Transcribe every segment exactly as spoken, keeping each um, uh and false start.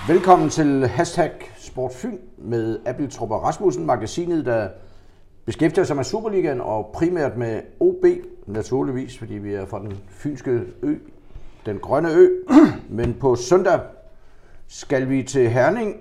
Velkommen til Hashtag Sportfyn med Abildrup og Rasmussen, magasinet, der beskæftiger sig med Superligaen og primært med O B, naturligvis, fordi vi er fra den fynske ø, den grønne ø. Men på søndag skal vi til Herning.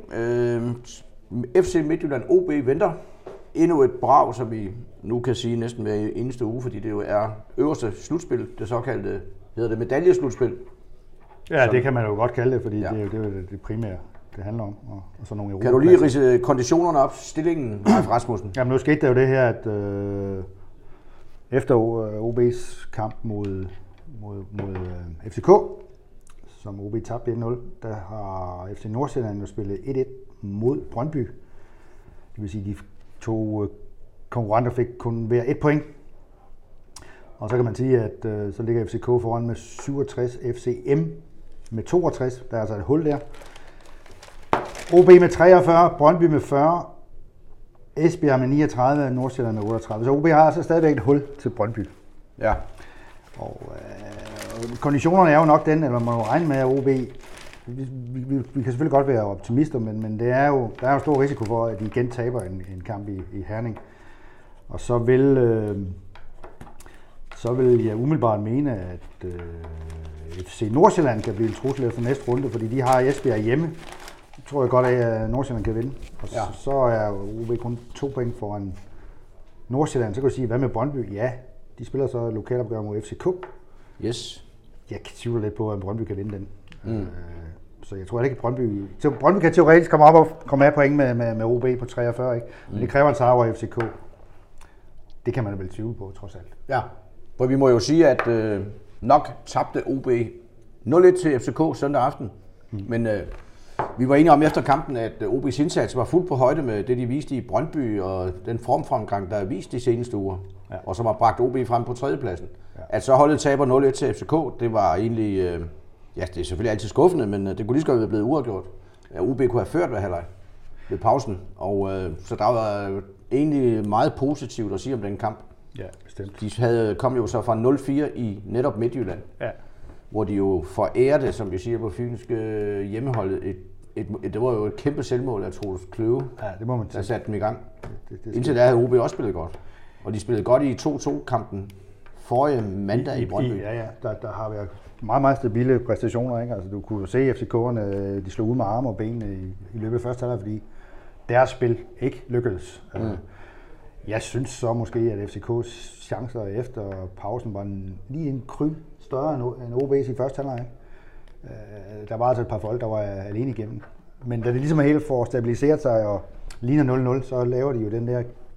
F C Midtjylland O B venter. Endnu et brag, som vi nu kan sige næsten hver eneste uge, fordi det jo er øverste slutspil, det såkaldte, hedder det medaljeslutspil. Ja, som, det kan man jo godt kalde det, fordi ja. det, er jo, det er jo det primære, det handler om. Og, og så nogle kan du lige ridse konditionerne op, stillingen, Leif Rasmussen? Jamen nu skete der jo det her, at øh, efter O B's kamp mod, mod, mod øh, F C K, som O B tabte et nul, der har F C Nordsjælland jo spillet et et mod Brøndby. Det vil sige, de to konkurrenter fik kun hver et point. Og så kan man sige, at øh, så ligger F C K foran med syvogtres, F C M med toogtres, der er altså et hul der. O B med treogfyrre, Brøndby med fyrre, Esbjerg med niogtredive, Nordsjælland med otteogtredive. Så O B har altså stadigvæk et hul til Brøndby. Ja. Og øh, konditionerne er jo nok den, eller man må jo regne med, at O B, vi, vi, vi, vi kan selvfølgelig godt være optimister, men, men det er jo, der er jo stor risiko for, at de igen taber en, en kamp i, i Herning. Og så vil, øh, så vil jeg umiddelbart mene, at øh, F C Nordsjælland kan blive en trussel efter næste runde, fordi de har Esbjerg hjemme. Det tror jeg godt, at Nordsjælland kan vinde. Og ja. så er O B kun to point foran Nordsjælland. Så kan du sige, hvad med Brøndby? Ja, de spiller så lokalopgør mod F C K. Yes. Jeg tvivler lidt på, at Brøndby kan vinde den. Mm. Så jeg tror ikke, at Brøndby... Så Brøndby kan teoretisk komme op og komme af point med, med, med O B på treogfyrre, ikke? Men mm. det kræver en sejr over F C K. Det kan man vel tvivle på, trods alt. Ja, for vi må jo sige, at øh, nok tabte O B nul et til F C K søndag aften. Mm. Men øh, vi var enige om efter kampen, at O B's indsats var fuldt på højde med det, de viste i Brøndby, og den formfremgang, der er vist de seneste uger, ja. og som har bragt O B frem på tredjepladsen. Ja. At så holdet taber nul et til F C K, det var egentlig... Øh, ja, det er selvfølgelig altid skuffende, men det kunne lige så godt være blevet uafgjort. Ja, O B kunne have ført ved halvleg ved pausen, og øh, så der var egentlig meget positivt at sige om den kamp. Ja, bestemt. De havde, kom jo så fra nul fire i netop Midtjylland, ja. hvor de jo forærede, som vi siger på fynske hjemmeholdet, et, et, et, det var jo et kæmpe selvmål af Troels Kløve, ja, det må man der satte dem i gang. Det, det, det Indtil da havde O B også spillet godt, og de spillede godt i to to-kampen forrige mandag i, i Brøndby. Ja, ja, der, der har været meget, meget stabile præstationer, ikke? Altså, du kunne jo se, at F C K'erne, de slog ud med arme og ben i, i løbet af første halvleg, fordi deres spil ikke lykkedes. Mm. Jeg synes så måske, at F C K's chancer efter pausen var lige en kry større end O B's i første halvleg. Der var altså et par folk, der var alene igennem. Men da det ligesom er helt for stabiliseret sig og ligner nul nul, så laver de jo den der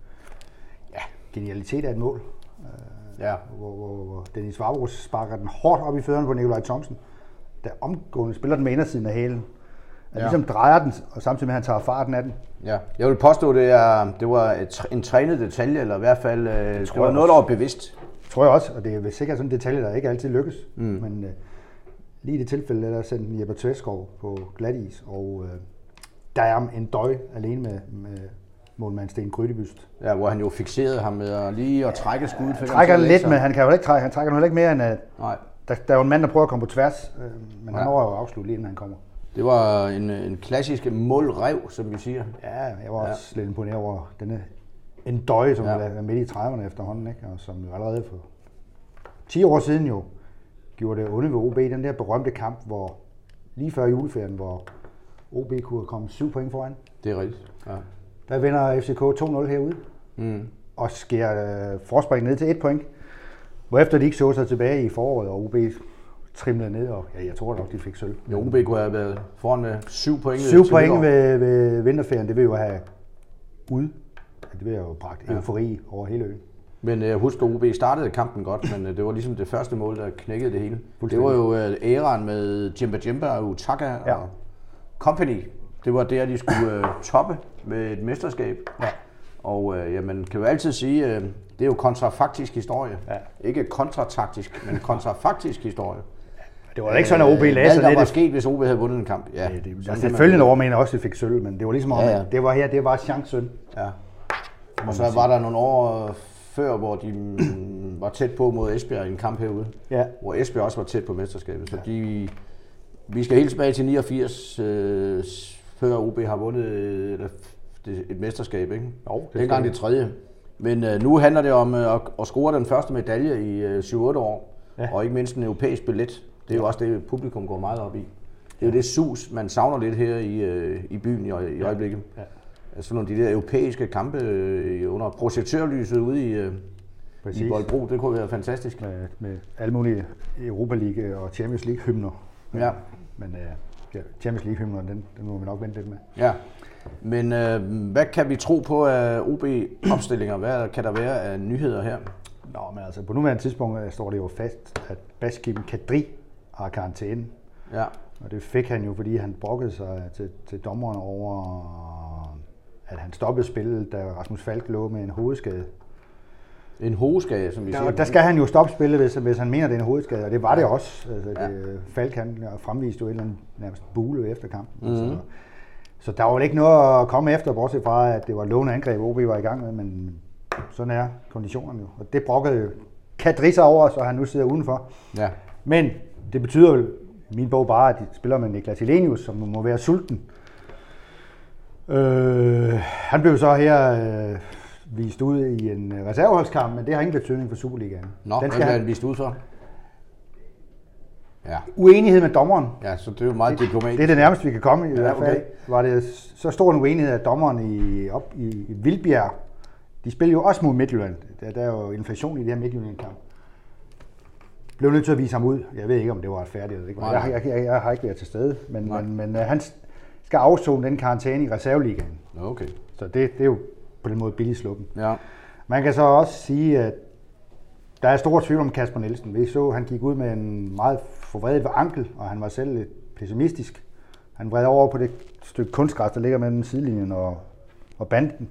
ja, genialitet af et mål. Ja. Hvor, hvor, hvor Dennis Vavros sparker den hårdt op i fødderne på Nikolaj Thomsen, der omgående spiller den med indersiden af hælen. Ja. Ligesom drejer den, og samtidig med, at han tager farten af den. Ja, jeg vil påstå, at det, er, det var et, en trænet detalje, eller i hvert fald det, det var noget, der var bevidst. Det tror jeg også, og det er sikkert sådan en detalje, der ikke altid lykkes. Mm. Men uh, lige i det tilfælde, der sendte Jeppe Tvæskov på glatis, og uh, der er en døj alene med, med målmand Sten Grydebyst. Ja, hvor han jo fikserede ham med at lige at trække skuddet. Han trækker lidt, men han kan jo ikke trække. Han trækker nu heller ikke mere end at... Nej. Der, der er jo en mand, der prøver at komme på tværs, øh, men ja. han når jo at afslutte lige inden han kommer. Det var en, en klassisk målrev, som vi siger. Ja, jeg var ja. også lidt imponeret over denne en døje, som ja. er midt i trediverne efterhånden, ikke? Og som jo allerede for ti år siden jo gjorde det onde ved O B, den der berømte kamp, hvor lige før juleferien, hvor O B kunne komme syv point foran. Det er rigtigt, ja. Der vinder F C K to nul herude, mm. og skærer øh, forspring ned til et point, hvorefter de ikke så sig tilbage i foråret, og O B trimlede ned, og ja, jeg tror nok, de fik sølv. Jo, O B kunne have været foran med syv point. Syv point ved, ved vinterferien, det vil jo have ud. Det vil jo bragt ja. eufori over hele øen. Men jeg husker, at O B startede kampen godt, men det var ligesom det første mål, der knækkede det hele. Det var jo æraen med Djemba Djemba og Utaka ja. og company. Det var der, de skulle uh, toppe med et mesterskab. Ja. Og uh, ja, man kan jo altid sige, uh, det er jo kontrafaktisk historie. Ja. Ikke kontrataktisk, men kontrafaktisk historie. Det var ikke sådan, at O B lagde sig ned. Hvad der var sket, hvis O B havde vundet en kamp. Ja, det, det, altså, det følgende år mener også, at de fik sølv, men det var ligesom om, ja, ja. det var her, det var chancen. Ja. Og så var der nogle år før, hvor de var tæt på mod Esbjerg i en kamp herude. Ja. Hvor Esbjerg også var tæt på mesterskabet. Så ja. de Vi skal helt tilbage til niogfirs, øh, før O B har vundet et, et mesterskab, ikke? Jo, det dengang det tredje. Men øh, nu handler det om øh, at, at score den første medalje i øh, syv otte år, ja. Og ikke mindst en europæisk billet. Det er jo også det, publikum går meget op i. Det er jo det sus, man savner lidt her i, øh, i byen i, i øjeblikket. Ja. Ja. Altså nogle af de der europæiske kampe øh, under projektørlyset ude i, øh, i Bolbro, det kunne være fantastisk. Med, med alle mulige Europa League og Champions League hymner. Ja. Men øh, ja, Champions League hymner, den, den må vi nok vente lidt med. Ja. Men øh, hvad kan vi tro på af O B-opstillinger? Hvad kan der være af nyheder her? Nå, men altså på nuværende tidspunkt står det jo fast, at Baskim Kadri har karantæne. Ja. Og det fik han jo, fordi han brokkede sig til, til dommeren over, at han stoppede spillet, da Rasmus Falk lå med en hovedskade. En hovedskade, som vi der, siger. Der skal han jo stoppe spillet, hvis, hvis han mener, det er en hovedskade, og det var ja. det også. Altså, ja. det, Falk han fremviste jo et eller andet nærmest bule efter kampen. Mm-hmm. Så, så der var vel ikke noget at komme efter, bortset fra, at det var lovende angreb, O B var i gang med, men sådan er konditionerne jo. Og det brokkede jo Kadri sig over, så han nu sidder udenfor. Ja. Men det betyder jo i min bog bare, at de spiller med Niklas Elenius, som må være sulten. Øh, han blev så her øh, vist ud i en reserveholdskamp, men det har ingen betydning for Superligaen. Nå, den skal han blive vist ud for? Ja. Uenighed med dommeren. Ja, så det er jo meget det, diplomatisk. Det er det nærmeste, vi kan komme i, ja, i hvert fald. Okay. Var det så stor en uenighed, at dommeren i, op i, i Vildbjerg, de spiller jo også mod Midtjylland. Der, der er jo inflation i det her Midtjylland-kamp. Blev nødt til at vise ham ud. Jeg ved ikke, om det var færdigt eller ikke. Jeg, jeg, jeg, jeg har ikke været til stede, men, men, men uh, han skal afzone den karantæne i reserveligaen. Okay. Så det, det er jo på den måde billigt sluppen. Ja. Man kan så også sige, at der er stor tvivl om Kasper Nielsen. Vi så, han gik ud med en meget forvredet ankel, og han var selv lidt pessimistisk. Han vred over på det stykke kunstgræs, der ligger mellem sidelinjen og, og banden.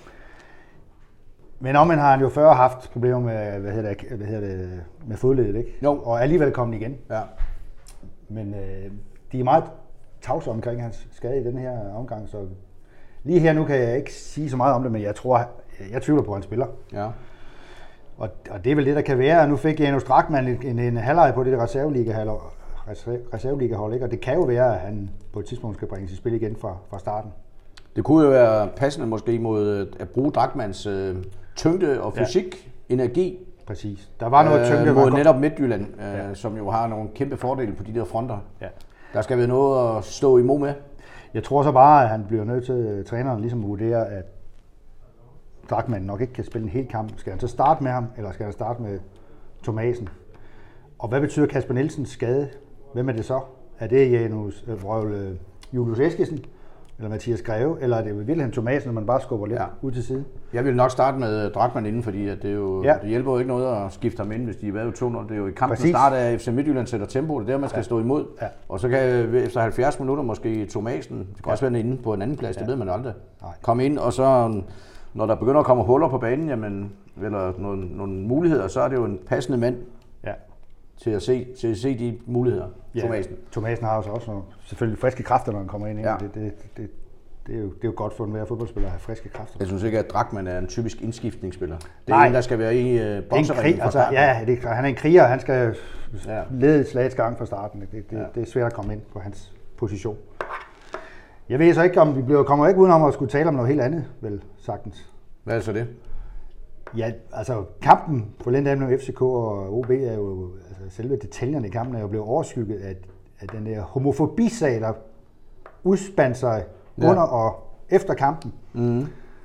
Men omvendt har han jo før haft problemer med, hvad hedder det, hvad hedder det, med fodledet, ikke? Jo. Og alligevel kommet igen. Ja. Men øh, de er meget tavse omkring hans skade i den her omgang, så lige her nu kan jeg ikke sige så meget om det, men jeg tror, jeg, jeg tvivler på, at han spiller. Ja. Og, og det er vel det, der kan være. Nu fik Janus Drachmann en, en, en halvleg på det reserveligahold, reserveligahold, ikke? Og det kan jo være, at han på et tidspunkt skal bringes i spil igen fra, fra starten. Det kunne jo være passende måske mod at bruge Drachmanns øh, tyngde og fysik, ja. energi. Præcis. Der var noget tyngde. Øh, mod netop Midtjylland, øh, ja. som jo har nogle kæmpe fordele på de der fronter. Ja. Der skal være noget at stå imod med. Jeg tror så bare, at han bliver nødt til, at træneren ligesom vurdere, at Drachmann nok ikke kan spille en hel kamp. Skal han så starte med ham, eller skal han starte med Thomasen? Og hvad betyder Kasper Nielsens skade? Hvem er det så? Er det Janus, øh, Røvle, Julius Eskesen? Eller Mathias Greve? Eller er det Wilhelm Thomasen, når man bare skubber lidt ja. ud til siden? Jeg vil nok starte med Drachmann inden, fordi at det, jo, ja. det hjælper jo ikke noget at skifte ham ind, hvis de er været to nul. Det er jo i kampen start af F C Midtjylland sætter tempo, det er der, man skal ja. stå imod. Ja. Og så kan efter halvfjerds minutter måske Thomasen, det kan ja. også være inde på en anden plads, ja. det ved man aldrig, Nej. komme ind, og så når der begynder at komme huller på banen, jamen, eller nogle, nogle muligheder, så er det jo en passende mand ja. til, at se, til at se de muligheder. Ja. Thomasen. Thomasen har jo så også nogle, selvfølgelig friske kræfter, når han kommer ind. Ja. Det, det, det, det, er jo, det er jo godt for enhver fodboldspiller at have friske kræfter. Jeg synes ikke, at Drachmann er en typisk indskiftningsspiller. Det er Nej. en, der skal være i uh, bokseringen altså, ja, det, han er en kriger, han skal ja. lede slagets gang fra starten. Det, det, ja. det er svært at komme ind på hans position. Jeg ved så ikke, om vi bliver, kommer ikke udenom at skulle tale om noget helt andet, vel sagtens. Hvad er så det? Ja, altså kampen på Lindholm mellem F C K og O B er jo, altså selve detaljerne i kampen er jo blevet overskygget af, af den der homofobisag, der udspandt sig ja. under og efter kampen, mm.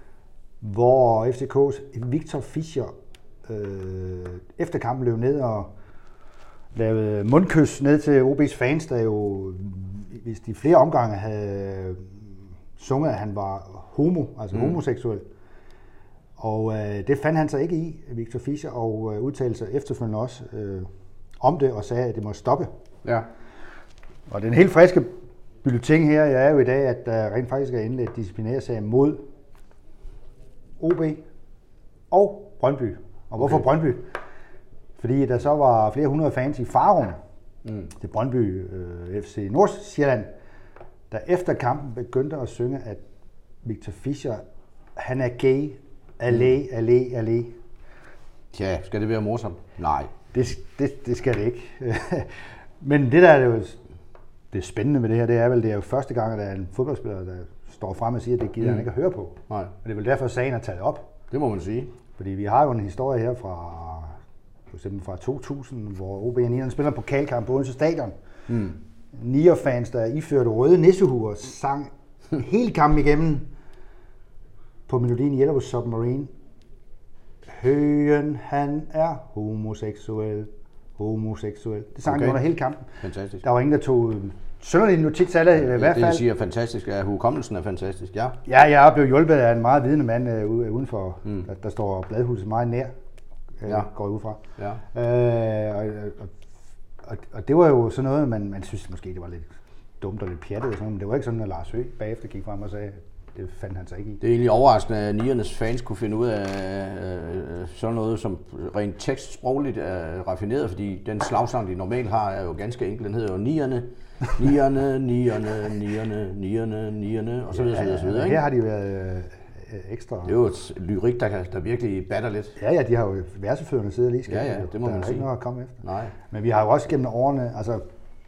hvor F C K's Victor Fischer øh, efter kampen løb ned og lavede mundkys ned til O B's fans, der jo, hvis de flere omgange havde sunget, at han var homo, altså mm. homoseksuel. Og øh, det fandt han sig ikke i, Victor Fischer, og øh, udtalte sig efterfølgende også øh, om det og sagde, at det må stoppe. Ja. Og den helt friske bulletin her er jo i dag, at der rent faktisk er indledt disciplinærsag mod O B og Brøndby. Og hvorfor okay. Brøndby? Fordi der så var flere hundrede fans i Farum mm. til Brøndby øh, F C Nordsjælland, der efter kampen begyndte at synge, at Victor Fischer, han er gay, allé, allé, allé. Tja, skal det være morsomt? Nej. Det, det, det skal det ikke. Men det der er jo, det det spændende med det her, det er vel, det er jo første gang, at der er en fodboldspiller, der står frem og siger, at det gider mm. han ikke at høre på. Nej. Og det er vel derfor, sagen er taget op. Det må man sige. Fordi vi har jo en historie her fra, for eksempel fra to tusind, hvor O B og nierne spiller en pokalkamp på Odense Stadion. Mm. Nier-fans, der iførte røde nissehuer, sang hele kampen igennem på melodien Yellow Submarine. Høgen, han er homoseksuel. Homoseksuel. Det sang okay. under hele kampen. Fantastisk. Der var ingen, der tog sønderlig notits af det, i hvert fald. Det, jeg siger fantastisk, at hukommelsen er fantastisk, ja. Ja, jeg er blevet hjulpet af en meget vidende mand uh, udenfor, mm. der, der står Bladhuset meget nær, uh, ja. går ud fra. Ja. Uh, og, og, og, og det var jo sådan noget, man, man synes måske, det var lidt dumt og lidt pjattet og sådan, men det var ikke sådan, at Lars Høgh bagefter gik frem og sagde, det fandt han sig ikke i. Det er egentlig overraskende, at niernes fans kunne finde ud af øh, sådan noget, som rent tekstsprogligt er raffineret, fordi den slagsang, de normalt har, er jo ganske enkel. Den hedder jo nierne, nierne, nierne, nierne, nierne, nierne, og så videre, så videre, så videre. Her har de været øh, ekstra... Det er jo et lyrik, der, kan, der virkelig batter lidt. Ja, ja, de har jo versefødderne siddet lige skrevet. Ja, ja, det må der man er sige. Ikke noget at komme efter. Nej. Men vi har jo også gennem årene, altså...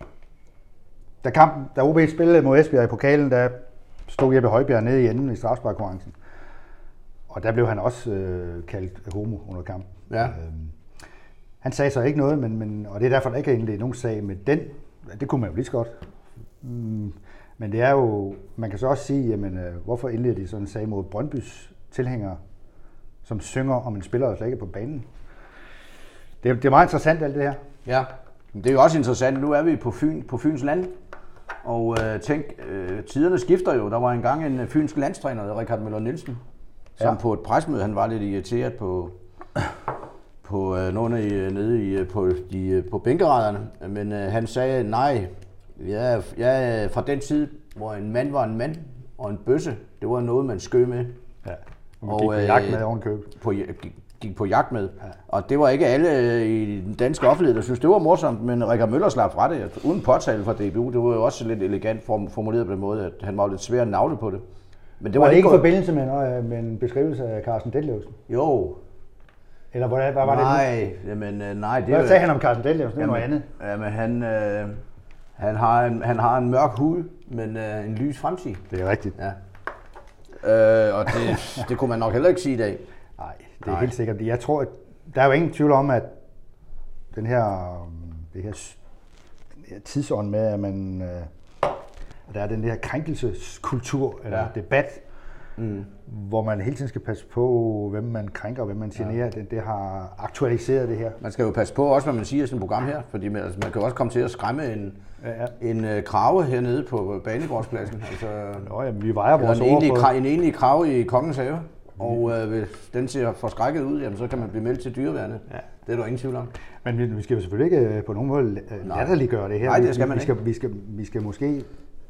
Da kampen, da O B spillede mod Esbjerg i pokalen, der stod Jeppe Højbjerg nede i enden i strafsparkkonkurrencen. Og der blev han også øh, kaldt homo under kampen. Ja. Øhm, han sagde så ikke noget, men, men, og det er derfor, der ikke er indledt nogen sag med den. Det kunne man jo lige så godt. Mm, men det er jo, man kan så også sige, jamen, øh, hvorfor indleder de sådan en sag mod Brøndbys tilhængere, som synger om en spiller, der slet ikke er på banen? Det er, det er meget interessant alt det her. Ja, det er jo også interessant. Nu er vi på Fyn, på Fyns land. Og øh, tænk, øh, tiderne skifter jo. Der var engang en fynsk landstræner, Richard Møller Nielsen, som ja. på et presmøde, han var lidt irriteret på, på øh, nogle i, nede i, på, de, på bænkerædderne. Men øh, han sagde, nej, jeg, jeg er fra den tid, hvor en mand var en mand, og en bøsse, det var noget, man skød med. Ja, og man gik på jagt med ovenkøb. På, gik på jagt med. Ja. Og det var ikke alle i den danske offentlighed, der synes det var morsomt, men Richard Møller slap fra det, uden påtale fra D B U. Det var jo også lidt elegant formuleret på den måde, at han var lidt svær at navle på det. Men det var, var det ikke i forbindelse med, med en beskrivelse af Carsten Detlevsen? Jo. Eller hvad, hvad var nej, det nu? Jamen, nej, det hvad sagde han om Carsten Detlevsen? Det er noget andet. Jamen, han, øh, han, har en, han har en mørk hud, men øh, en lys fremtid. Det er rigtigt. Ja. Øh, og det, det kunne man nok heller ikke sige i dag. Nej, det er Nej. helt sikkert. Jeg tror, at der er jo ingen tvivl om, at den her, det her, den her tidsånd med, at man, at der er den her krænkelseskultur eller ja. debat, mm. hvor man hele tiden skal passe på, hvem man krænker og hvem man generer. Ja. Det, det har aktualiseret det her. Man skal jo passe på også, hvad man siger i sådan et program her, fordi man, altså, man kan også komme til at skræmme en, ja, ja. en uh, krave hernede på Banegårdspladsen. Altså, Nå, jamen, vi vejer vores en enlig, kra- en enlig krave i Kongens Have. Og øh, hvis den ser forskrækket ud, jamen, så kan man blive meldt til dyreværnet. Ja. Det er der ingen tvivl om. Men vi, vi skal jo selvfølgelig ikke på nogen måde latterliggøre det her. Nej, det skal man vi, ikke. Vi skal, vi skal, vi skal måske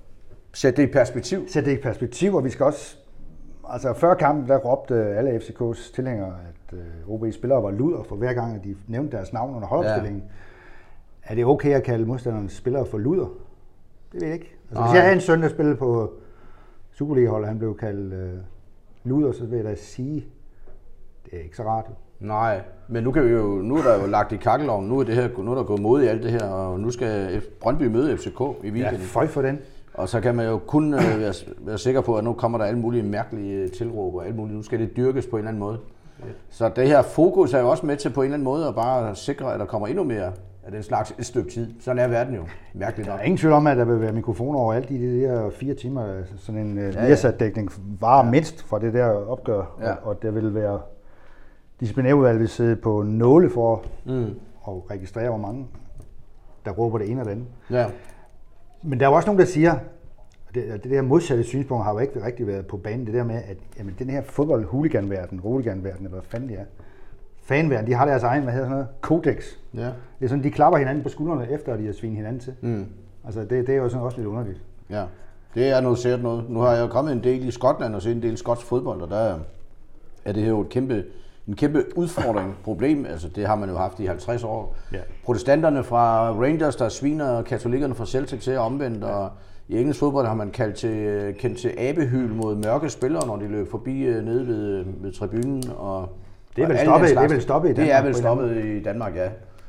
sætte det i perspektiv. Sætte det i perspektiv, og vi skal også... Altså før kampen, der råbte alle F C K's tilhængere, at øh, O B-spillere var luder for hver gang, at de nævnte deres navn under holdopstillingen. Ja. Er det okay at kalde modstandernes spillere for luder? Det ved jeg ikke. Altså, hvis jeg havde en søn, der spillede på Superliga-holdet, han blev kaldt... Øh, luder, så vil jeg da sige, det er ikke så rart. Nej, men nu kan vi jo, nu er der jo lagt i kakkeloven, nu er det her, nu er der gået mod i alt det her, og nu skal Brøndby møde F C K i weekenden. Ja, føj for den. Og så kan man jo kun øh, være, være sikker på, at nu kommer der alle mulige mærkelige tilråb og alt muligt. Nu skal det dyrkes på en eller anden måde. Ja. Så det her fokus er jo også med til på en eller anden måde at bare sikre, at der kommer endnu mere af den slags et stykke tid. Sådan er verden jo. Mærkeligt nok. Der er ingen tvivl om, at der vil være mikrofoner overalt i de der fire timer. Sådan en ja, Viasat-dækning varer ja. mindst fra det der opgør. Ja. Og, og der vil være disciplinærudvalget vil sidde på nåle for mm. at registrere, hvor mange der råber det ene eller andet. Ja. Men der er jo også nogen, der siger, at det, det der modsatte synspunkt har jo ikke rigtig været på banen. Det der med, at jamen, den her fodbold-hooliganverden, roliganverden, eller hvad fanden det er, fanverden, de har deres egen, hvad hedder sådan noget, kodex. Ja. Det er sådan, de klapper hinanden på skuldrene, efter at de har svinet hinanden til. Mm. Altså, det, det er jo sådan også lidt underligt. Ja, det er noget sært noget. Nu har jeg jo kommet en del i Skotland og set en del skotsk fodbold, og der er det her jo et kæmpe, en kæmpe udfordring, problem. Altså, det har man jo haft i halvtreds år. Ja. Protestanterne fra Rangers, der sviner katolikkerne fra Celtic til omvendt, ja. Og i engelsk fodbold har man kaldt til, kendt til abehyl mod mørke spillere, når de løb forbi nede ved, ved tribunen. Og det er vel stoppet, det er vel stoppet i Danmark? Det er vel stoppet i Danmark, ja.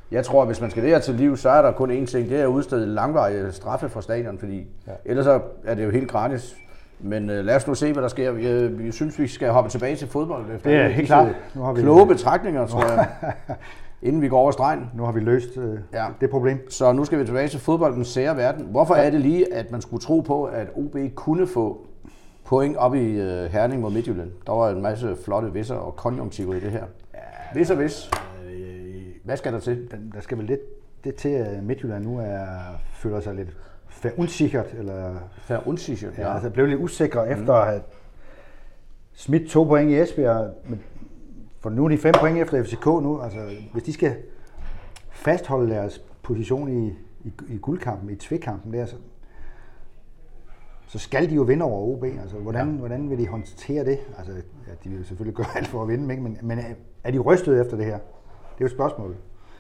Jeg tror, at hvis man skal det her til liv, så er der kun én ting. Det er at udstede langvarige straffe fra stadion, fordi ja. ellers så er det jo helt gratis. Men øh, lad os nu se, hvad der sker. Jeg, jeg synes, vi skal hoppe tilbage til fodbold. Det er helt klart. Nu har vi kloge betragtninger, tror jeg, inden vi går over stregen. Nu har vi løst øh, ja. det problem. Så nu skal vi tilbage til fodboldens sære verden. Hvorfor er det lige, at man skulle tro på, at O B kunne få point op i øh, Herning mod Midtjylland? Der var en masse flotte visser og konjunktiver i det her. Ja, vis og vis. Hvad skal der til? Der skal vel lidt det til, at Midtjylland nu er, føler sig lidt verunsichert. Eller, verunsichert, ja. ja. Altså blev lidt usikre mm. efter at have smidt to point i Esbjerg. Men for nu er de fem point efter F C K nu. Altså, hvis de skal fastholde deres position i, i, i guldkampen, i tvekampen der, så, så skal de jo vinde over O B. Altså, hvordan, ja. hvordan vil de håndtere det? Altså, ja, de vil jo selvfølgelig gøre alt for at vinde, ikke? Men, men er de rystet efter det her? Det er jo et spørgsmål.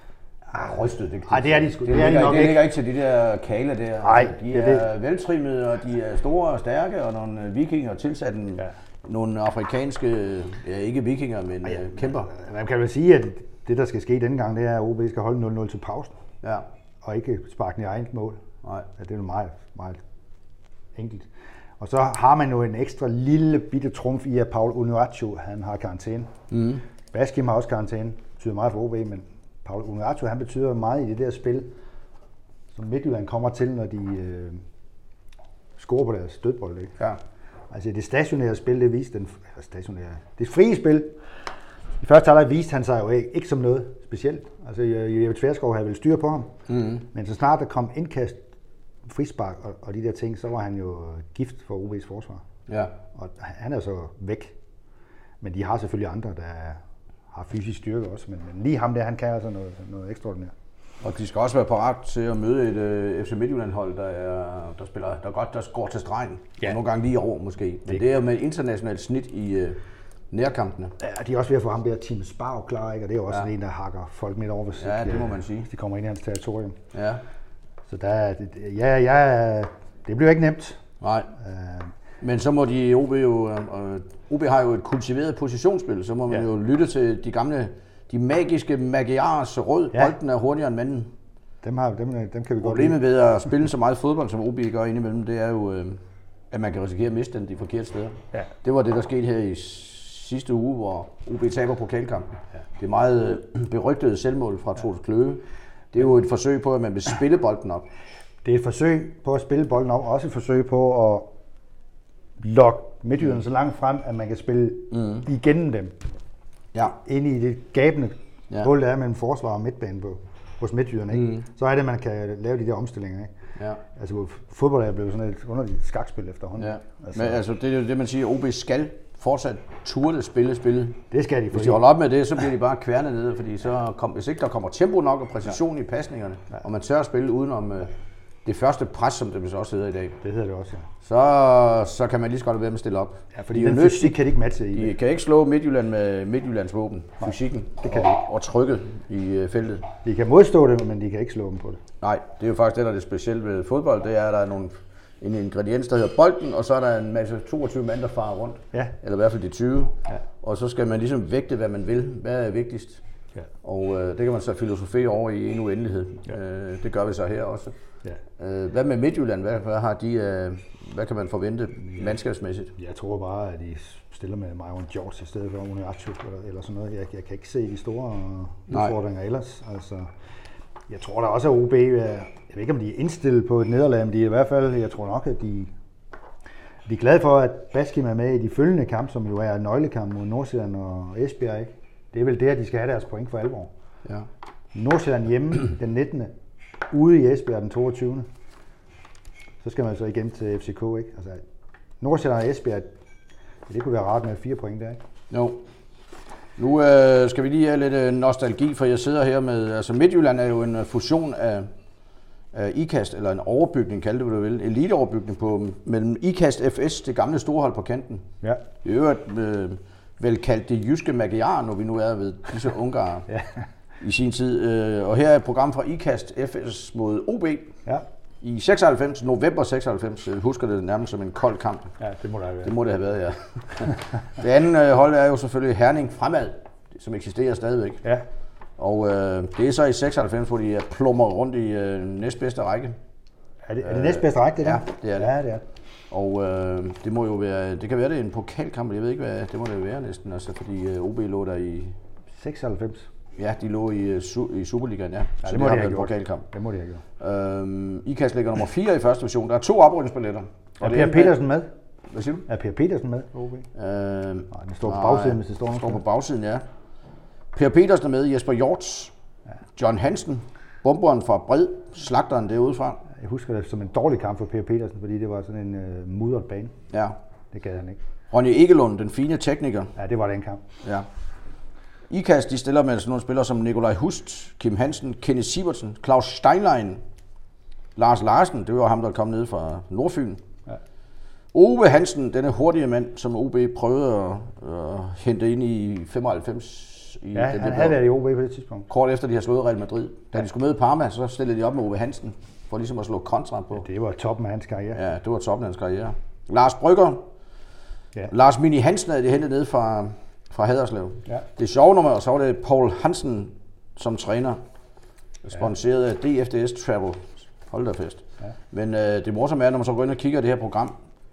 Ah, rystet. Det, Ej, det er de sgu. Det, det, det, det, det ligger ikke til de der kale der. Nej, altså, de det er, er veltrimmede, og de er store og stærke, og nogle vikinger tilsat en, ja. nogle afrikanske, ja, ikke vikinger, men Ej, ja. kæmper. Man kan vel sige, at det, der skal ske denne gang, det er, at O B skal holde nul nul til pausen. Ja. Og ikke sparke den i eget mål. Nej. Ja, det er jo meget, meget enkelt. Og så har man jo en ekstra lille bitte trumf i, at Paul Onuachu, han har karantæne. Mm. Baskim har også karantæne. Det betyder meget for O B, men Paul Onuachu, han betyder meget i det der spil, som Midtjylland kommer til, når de øh, scorer på deres dødbold. Ikke? Ja. Altså det stationære spil, det viste den, altså stationære, det frie spil. I første halvleg viste han sig jo ikke, ikke som noget specielt. Altså Jeppe Tverskov havde vel styr på ham, mm. men så snart der kom indkast, frispark og, og de der ting, så var han jo gift for O B's forsvar. Ja. Og han er så væk. Men de har selvfølgelig andre, der har fysisk styrke også, men, men lige ham der, han kan altså noget, noget ekstraordinært. Og de skal også være parat til at møde et uh, F C Midtjylland-hold, der, er, der spiller, der godt, der går til stregen. Ja. Nogle gange lige over måske. Men det, det er jo med internationalt snit i uh, nærkampene. Ja, de er også ved at få ham der Tim Sparv klar, ikke? Og det er jo også ja. en, der hakker folk midt over, hvis ja, det må man sige. de kommer ind i hans territorium. Ja. Så der, ja, ja, det bliver ikke nemt. Nej. Uh, Men så må de, O B jo, uh, O B har jo et kultiveret positionsspil, så må man ja. jo lytte til de gamle, de magiske Magyars råd. Ja. Bolden er hurtigere end manden. Dem, har, dem, dem kan vi godt Problemet ved at spille så meget fodbold, som O B gør indimellem, det er jo, uh, at man kan risikere at miste den de forkerte steder. Ja. Det var det, der skete her i sidste uge, hvor O B taber pokalkampen. Ja. Det er meget uh, berygtede selvmål fra Troels Kløve. Det er jo et forsøg på, at man vil spille bolden op. Det er et forsøg på at spille bolden op, og også et forsøg på at lokke Midtjylland så langt frem, at man kan spille mm. igennem dem. Ja. Ind i det gabende ja. hul, der er mellem forsvar og midtbane på, hos Midtjylland. Ikke? Mm. Så er det, at man kan lave de der omstillinger. Ikke? Ja. Altså, fodbold er blevet sådan et underligt skakspil efterhånden. Ja. Altså, Men altså, det er jo det, man siger, at O B skal fortsat turde spille, spille. Det skal de. Hvis de holder op med det, så bliver de bare kværnet ned, fordi så kom, hvis ikke der kommer tempo nok og præcision ja. i pasningerne, ja. og man tør at spille udenom uh, det første pres, som det også hedder i dag. Det hedder det også, ja. Så, så kan man lige så godt være med at stille op. Ja, fordi de den fysik kan de ikke matche i. De kan ikke slå Midtjylland med Midtjyllands våben, Nej, fysikken det kan og, de og trykket i uh, feltet. De kan modstå det, men de kan ikke slå dem på det. Nej, det er jo faktisk det, der er det specielle ved fodbold, det er, at der er nogle en ingrediens, der hedder bolden, og så er der en masse toogtyve mand, der farer rundt. Ja. Eller i hvert fald de tyve. Ja. Og så skal man ligesom vægte, hvad man vil. Hvad er vigtigst? Ja. Og øh, det kan man så filosofere over i en uendelighed. Ja. Øh, det gør vi så her også. Ja. Øh, hvad med Midtjylland? Hvad, hvad har de? Øh, hvad kan man forvente ja. mandskabsmæssigt? Jeg tror bare, at de stiller med Myron George i stedet for Onuachu eller, eller sådan noget. Jeg, jeg kan ikke se de store udfordringer ellers. Altså, jeg tror da også, at O B, jeg ved ikke, om de er indstillet på et nederlag, men de er i hvert fald, jeg tror nok, at de, de er glade for, at Baskim er med i de følgende kampe, som jo er nøglekamp mod Nordsjælland og Esbjerg. Ikke? Det er vel der, de skal have deres point for alvor. Ja. Nordsjælland hjemme den nittende ude i Esbjerg den toogtyvende Så skal man så igen til F C K, ikke? Altså, Nordsjælland og Esbjerg, det kunne være rart med fire point der, ikke? Jo. Nu øh, skal vi lige have lidt øh, nostalgi, for jeg sidder her med, altså Midtjylland er jo en fusion af, af IKAST, eller en overbygning, kaldte du det vel, eliteoverbygning på, mellem IKAST F S, det gamle storhold på kanten. Ja. I øvrigt øh, vel kaldt det jyske Magyar, når vi nu er ved disse ungarer ja. i sin tid. Øh, og her er et program fra IKAST F S mod O B. Ja. I seksoghalvfems, november seksoghalvfems, jeg husker det nærmest som en kold kamp. Ja, det må det have været. Det må det have været, ja. Det andet hold er jo selvfølgelig Herning Fremad, som eksisterer stadigvæk. Ja. Og øh, det er så i seksoghalvfems, hvor de plummer rundt i øh, næstbedste række. Er det, er det næstbedste række, det der? Ja, det er det. Ja, det er. Og øh, det må jo være, det kan være det er en pokalkamp, jeg ved ikke hvad, det må det være næsten, altså fordi øh, O B lå der i... seksoghalvfems? Ja, de lå i, su, i Superligaen, ja. Så ja, det må de have gjort. Pokalkamp. Det må de have gjort. Øhm, I K A S ligger nummer fire i første division. Der er to oprykningsbilletter. Er Per Petersen med? Hvad siger du? Er Per Petersen med på O B? Øhm, nej, den står på bagsiden, hvis det står noget. står på bagsiden, ja. Per Petersen er med, Jesper Hjorts, ja. John Hansen, bomberen fra Bred, slagteren derude fra. Jeg husker det som en dårlig kamp for Per Petersen, fordi det var sådan en uh, mudret bane. Ja. Det gad han ikke. Ronny Egelund, den fine tekniker. Ja, det var den kamp. Ja. I K A S, de stiller med sådan nogle spillere som Nikolaj Hust, Kim Hansen, Kenneth Sivertsen, Claus Steinlein, Lars Larsen, det var ham, der kom ned fra Nordfyn. Ja. Ove Hansen, denne hurtige mand, som O B prøvede at, at hente ind i femoghalvfems. I ja, den, han havde været i O B på det tidspunkt. Kort efter de har slået Real Madrid. Da ja. de skulle møde Parma, så stillede de op med Ove Hansen, for ligesom at slå kontra på. Ja, det var toppen af hans karriere. Ja, det var toppen af hans karriere. Lars Brygger, ja. Lars Mini Hansen havde de hentet ned fra, fra Haderslev. Ja. Det er sjovt nummer, og så var det Paul Hansen som træner, sponsoreret af D F D S Travel. Hold da fest. Ja. Men øh, det morsomme er, når man så går ind og kigger det her program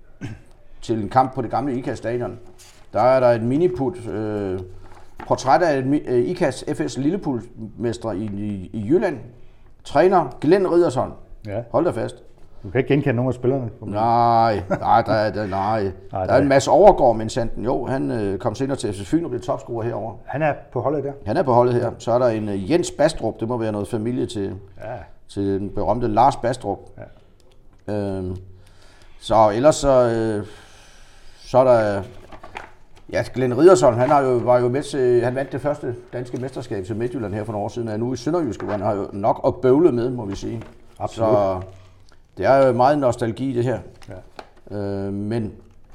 til en kamp på det gamle I K A S-stadion, der er der et miniput, øh, portræt af et I K A S F S Lillepul-mester i, i, i Jylland. Træner Glenn Riddersson. Ja. Hold da fast. Du kan ikke genkende nogen af spillerne? Nej, nej, der er, der, nej. nej der er en masse overgård, men Sanden, jo, han øh, kom senere til F C Fyn og blev topscorer herover. Han er på holdet der? Han er på holdet her. Så er der en uh, Jens Bastrup, det må være noget familie til, ja. til den berømte Lars Bastrup. Ja. Øhm, så ellers så, øh, så er der, ja, Glenn Riddersson, han har jo, var jo med til, han vandt det første danske mesterskab til Midtjylland her for nogle år siden, og nu i Sønderjysk, han har jo nok at bøvle med, må vi sige. Absolut. Så det er jo meget nostalgi, det her. Ja. Øh, men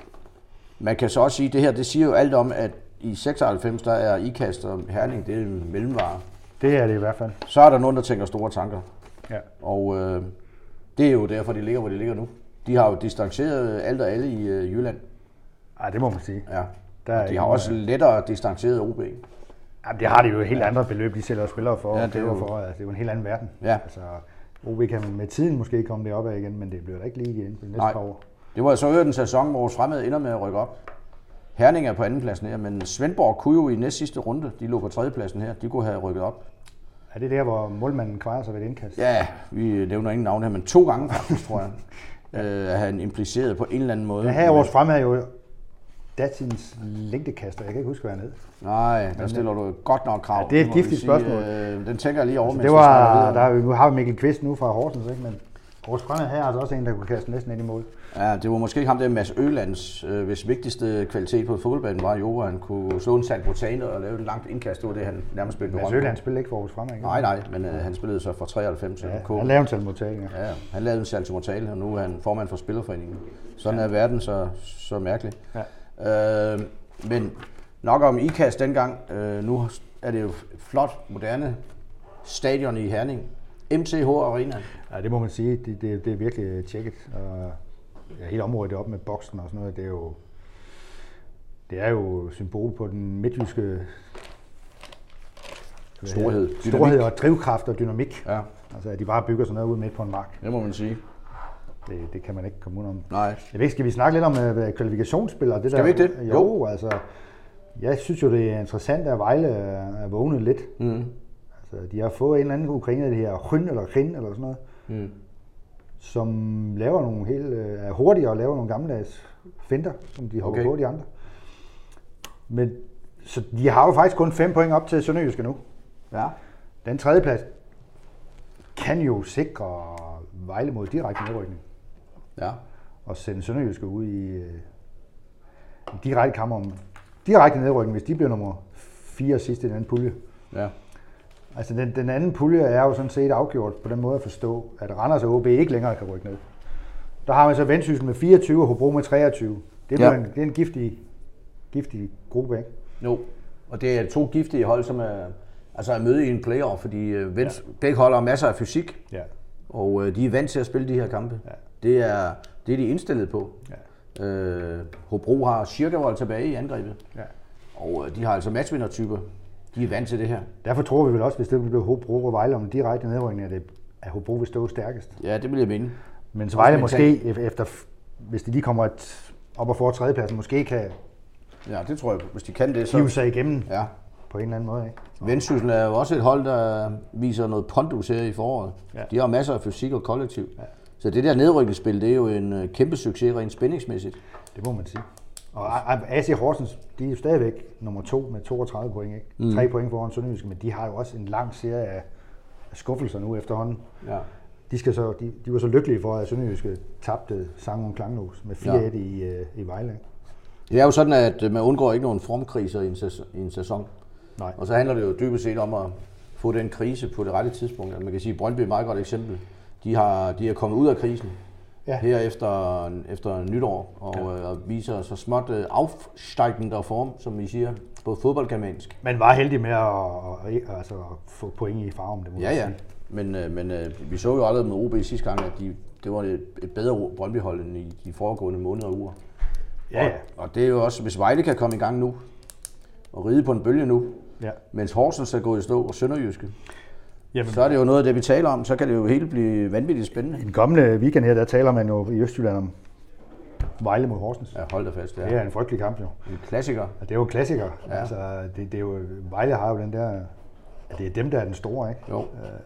man kan så også sige, at det her, det siger jo alt om, at i seksoghalvfems, der er I K A S og Herning, det er en mellemvare. Det er det i hvert fald. Så er der nogen, der tænker store tanker. Ja. Og øh, det er jo derfor, de ligger, hvor de ligger nu. De har jo distanceret alt og alle i øh, Jylland. Ej, det må man sige. Ja. Der de har også lettere distanceret O B. Jamen, det har de jo et helt andet beløb, de sælger spillere for. Ja, det, er jo... for. Altså, det er jo en helt anden verden. Ja. Altså, O B kan med tiden måske komme det op af igen, men det bliver da ikke lige igen på de næste par år. Det var så øvrigt en sæson, hvor Fremad ender med at rykke op. Herning er på andenpladsen her, men Svendborg kunne jo i næst sidste runde, de lå på tredjepladsen her, de kunne have rykket op. Er det der, hvor målmanden kvarer sig ved et indkast? Ja, vi nævner ingen navn her, men to gange faktisk, tror jeg, øh, er han impliceret på en eller anden måde. Ja, her i vores Fremad er jo datidens længdekaster. Jeg kan ikke huske, hvad han hed. Nej, der stiller du godt nok krav. Ja, det er et giftigt spørgsmål. Øh, den tænker jeg lige over, altså, det var, der, nu har vi Mikkel Kvist nu fra Horsens, ikke? Men vores Fremad her er altså også en, der kunne kaste næsten ind i mål. Ja, det var måske ikke ham der Mads Ølands, øh, hvis vigtigste kvalitet på fodboldbanen var jo, at han kunne slå en salmotane og lave et langt indkast. Det var det, han nærmest spillede. Mads Øland spillede ikke for vores Fremad, ikke? Nej, nej, men øh, han spillede så fra treoghalvfems. Ja, han lavede en salmotane. Ja. ja, han lavede en salmotane, og nu er han formand for Spillerforeningen. Sådan ja. er verden så, så mærkelig. Ja. Øh, men nok om I K A S dengang. Øh, nu er det jo flot, moderne stadion i Herning. M C H Arena. Ja, det må man sige. Det, det, det er virkelig tjekket. Og ja, hele området deroppe med boksen og sådan noget, det er jo, det er jo symbol på den midtjyske storhed, storhed og drivkraft og dynamik. Ja. Altså, at de bare bygger sådan noget ud midt på en mark. Det må man sige. Det, det kan man ikke komme ud om. Nej. Jeg ved ikke, skal vi snakke lidt om uh, kvalifikationsspillere? Det skal der, vi ikke det? Jo, jo, altså. Jeg synes jo, det er interessant, at Vejle er vågnet lidt. Mm. Altså, de har fået en eller anden ukrainer, det her Ryn eller Rin eller sådan noget. Mm. Som laver nogle helt er hurtigere og laver nogle gammeldags finter, som de hopper okay. på de andre. Men så de har jo faktisk kun fem point op til Sønderjyske nu. Ja. Den tredje plads kan jo sikre Vejle mod direkte nedrykning. Ja. Og sende Sønderjyske ud i en direkte kamp om direkte nedrykning, hvis de bliver nummer fire sidste i den anden pulje. Ja. Altså den, den anden pulje er jo sådan set afgjort på den måde at forstå, at Randers og O B ikke længere kan rykke ned. Der har man så Vendsyssel med fireogtyve og Hobro med treogtyve. Det er, ja. en, det er en giftig, giftig gruppe, ikke? Jo, og det er to giftige hold, som er, altså er møde i en playoff, fordi Vens, ja. begge hold har masser af fysik, ja. og de er vant til at spille de her kampe. Ja. Det, er, det er de indstillet på. Ja. Øh, Hobro har Schirkevold tilbage i angrebet, ja. og de har altså matchvindertyper. De er vant til det her. Derfor tror vi vel også, hvis det blev Hobro og Vejle om en direkte nedrykning, at, det, at Hobro vil stå stærkest. Ja, det vil jeg mene. Men Vejle måske, efter, hvis de lige kommer et, op og får tredjepladsen, måske kan ja, det tror jeg. Hvis de kan det, så hive sig igennem ja. på en eller anden måde. Ikke? Vendsyssel er jo også et hold, der viser noget pondus her i foråret. Ja. De har masser af fysik og kollektiv. Ja. Så det der nedrykningsspil, det er jo en kæmpe succes rent spændingsmæssigt. Det må man sige. Og A C Horsens, de er jo stadigvæk nummer to med toogtredive point, ikke? Mm. Tre point foran Sønderjyske, men de har jo også en lang serie af skuffelser nu efterhånden. Ja. De, skal så, de, de var så lykkelige for, at Sønderjyske tabte Sangen Klanglos med fire et ja. i, i Vejle. Det er jo sådan, at man undgår ikke nogen formkriser i en, sæson, i en sæson. Nej. Og så handler det jo dybest set om at få den krise på det rette tidspunkt. Man kan sige, at Brøndby er et meget godt eksempel. De har, de er kommet ud af krisen. Ja. Her efter, efter nytår, og, ja. og viser så småt afsteigende der form, som vi siger, på fodboldgermansk. Man var heldig med at, at, altså, at få point i farven, det må ja, ja. Sige. Men, men vi så jo allerede med O B sidste gang, at de, det var et, et bedre Brøndby-hold end i de foregående måneder og uger. Ja, ja. Og, og det er jo også, hvis Vejle kan komme i gang nu, og ride på en bølge nu, ja. mens Horsens er gået i stå og Sønderjyske, jamen, så er det jo noget af det, vi taler om. Så kan det jo helt blive vanvittigt spændende. I den kommende weekend her, der taler man jo i Østjylland om Vejle mod Horsens. Ja, hold da fast. Ja. Det er en frygtelig kamp jo. En klassiker. Ja, det er jo en klassiker. Ja. Altså, det, det er jo, Vejle har jo den der, at det er dem, der er den store, ikke? Jo. Øh,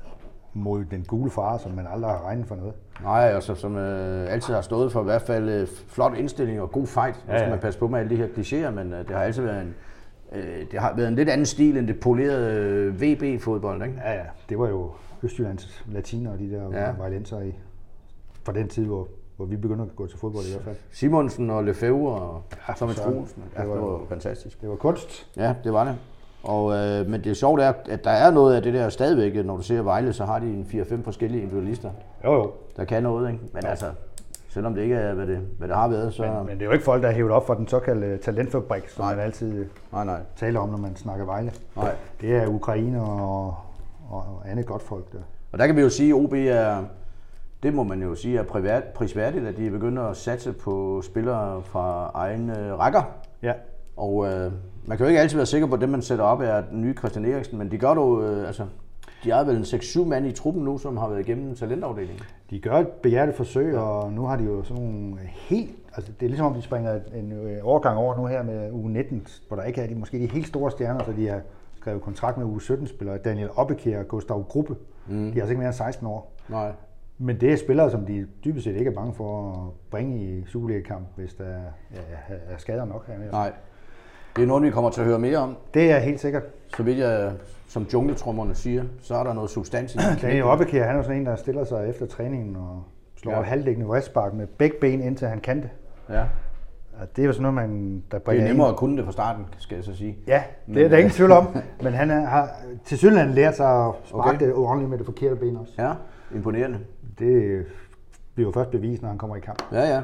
mod den gule far, som man aldrig har regnet for noget. Nej, altså som øh, altid har stået for i hvert fald øh, flot indstilling og god fight. Ja, ja. Nu skal man passe på med alle de her klichéer, men øh, det har altid været en Det har været en lidt anden stil end det polerede V B-fodbold, ikke? Ja, ja. Det var jo Østjyllands latiner og de der ja. vejlenser i fra den tid, hvor, hvor vi begyndte at gå til fodbold i hvert fald. Simonsen og Lefebvre og ja, Thomas Troelsen. Ja, det var, det var fantastisk. Det var kunst. Ja, det var det. Og, øh, men det sjove er, at der er noget af det der stadigvæk. Når du ser Vejle, så har de en fire fem forskellige individualister. Jo, jo. Der kan noget, ikke? Men jo. altså, selvom det ikke er, hvad det, hvad det har været, så... Men, men det er jo ikke folk, der er hævet op for den såkaldte talentfabrik, som nej. man altid nej, nej. taler om, når man snakker Vejle. Nej. Det er Ukraine og, og andet godt folk der. Og der kan vi jo sige, at O B er... Det må man jo sige er privat, prisværdigt, at de begynder at satse på spillere fra egne rækker. Ja. Og øh, man kan jo ikke altid være sikker på, at det, man sætter op, er den nye Christian Eriksen, men de gør jo, øh, altså, de har vel en seks syv mand i truppen nu, som har været igennem talentafdelingen. De gør et behjertet forsøg, ja. Og nu har de jo sådan nogle helt, altså det er ligesom om de springer en overgang over nu her med uge nitten, hvor der ikke er de måske de helt store stjerner, så de har skrevet kontrakt med uge sytten-spillere, Daniel Obbekjær og Gustav Gruppe. Mm. De er altså ikke mere end seksten år. Nej. Men det er spillere, som de dybest set ikke er bange for at bringe i Superliga-kamp, hvis der ja, er skader nok hernede. Nej. Det er noget, vi kommer til at høre mere om. Det er helt sikkert. Så vidt jeg, som jungletrummerne siger, så er der noget substans i det. Daniel Obbekjær, han er sådan en, der stiller sig efter træningen og slår ja. halvdækkende wristspark med begge ben, indtil han kan det. Ja. Og det er jo sådan noget, man der bringer Det er nemmere ind. at kunne det fra starten, skal jeg så sige. Ja, det er der ingen tvivl om. Men han er, har til synligheden lært sig at sparke okay. det ordentligt med det forkerte ben også. Ja, imponerende. Det bliver jo først bevist, når han kommer i kamp. Ja, ja.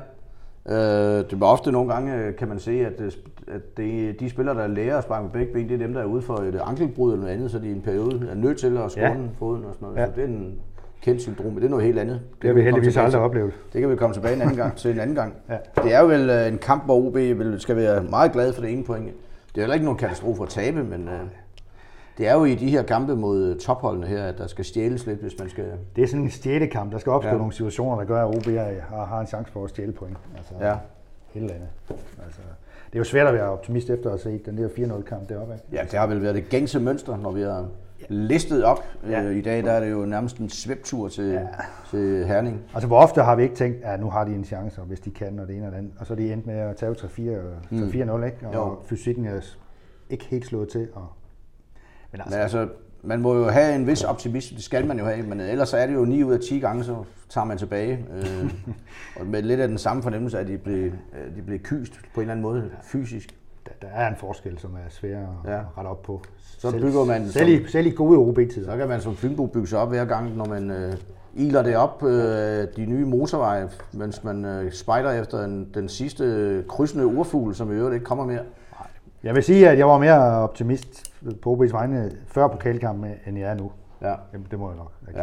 Øh, det var ofte nogle gange, kan man se, at, at det, de spillere, der lærer at sparke med begge ben, det er dem, der er ude for et ankelbrud eller noget andet, så de i en periode er nødt til at skåne ja. foden og sådan noget. Ja. Så det er en kendt syndrom, det er noget helt andet. Det, det har vi heldigvis aldrig oplevet. Det kan vi komme tilbage en anden gang, til en anden gang. Ja. Det er jo vel en kamp, hvor O B skal være meget glad for det ene point. Det er heller ikke nogen katastrofe at tabe, men øh, det er jo i de her kampe mod topholdene her, at der skal stjæles lidt, hvis man skal... Det er sådan en stjælekamp. Der skal opstå ja. nogle situationer, der gør, at O B har, har en chance for at stjæle point. Altså, ja. Helt andet. Altså, det er jo svært at være optimist efter at se den der fire nul kamp deroppe. Ikke? Ja, det har vel været det gængse mønster, når vi har listet op. Ja. Øh, I dag der er det jo nærmest en sviptur til, ja. til Herning. Altså, hvor ofte har vi ikke tænkt, at nu har de en chance, hvis de kan, og det ene og det andet. Og så er de endt med at tage tre fire nul, ikke? Og jo. Fysikken er ikke helt slået til. Og... Men, altså... Men altså, man må jo have en vis optimisme, det skal man jo have, men ellers er det jo ni ud af ti gange, så tager man tilbage. øh, og med lidt af den samme fornemmelse, at de blev, de blev kyst på en eller anden måde, fysisk. Der, der er en forskel, som er svær at ja. rette op på. Så selv, bygger man... Selv, som, i, selv i gode O B-tider. Så kan man som Fynbo bygge sig op hver gang, når man øh, iler det op, øh, de nye motorveje, mens man øh, spejder efter en, den sidste krydsende urfugl, som i øvrigt ikke kommer mere. Jeg vil sige, at jeg var mere optimist på O B's vegne før pokalkampen, end jeg er nu. Ja. Jamen, det må jeg nok. Ja.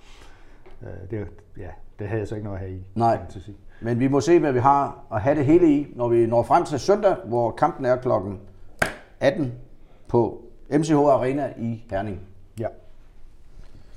Det, ja, det havde jeg så ikke noget at have i. Nej, til at sige. Men vi må se, hvad vi har at have det hele i, når vi når frem til søndag, hvor kampen er klokken atten på M C H Arena i Herning. Ja.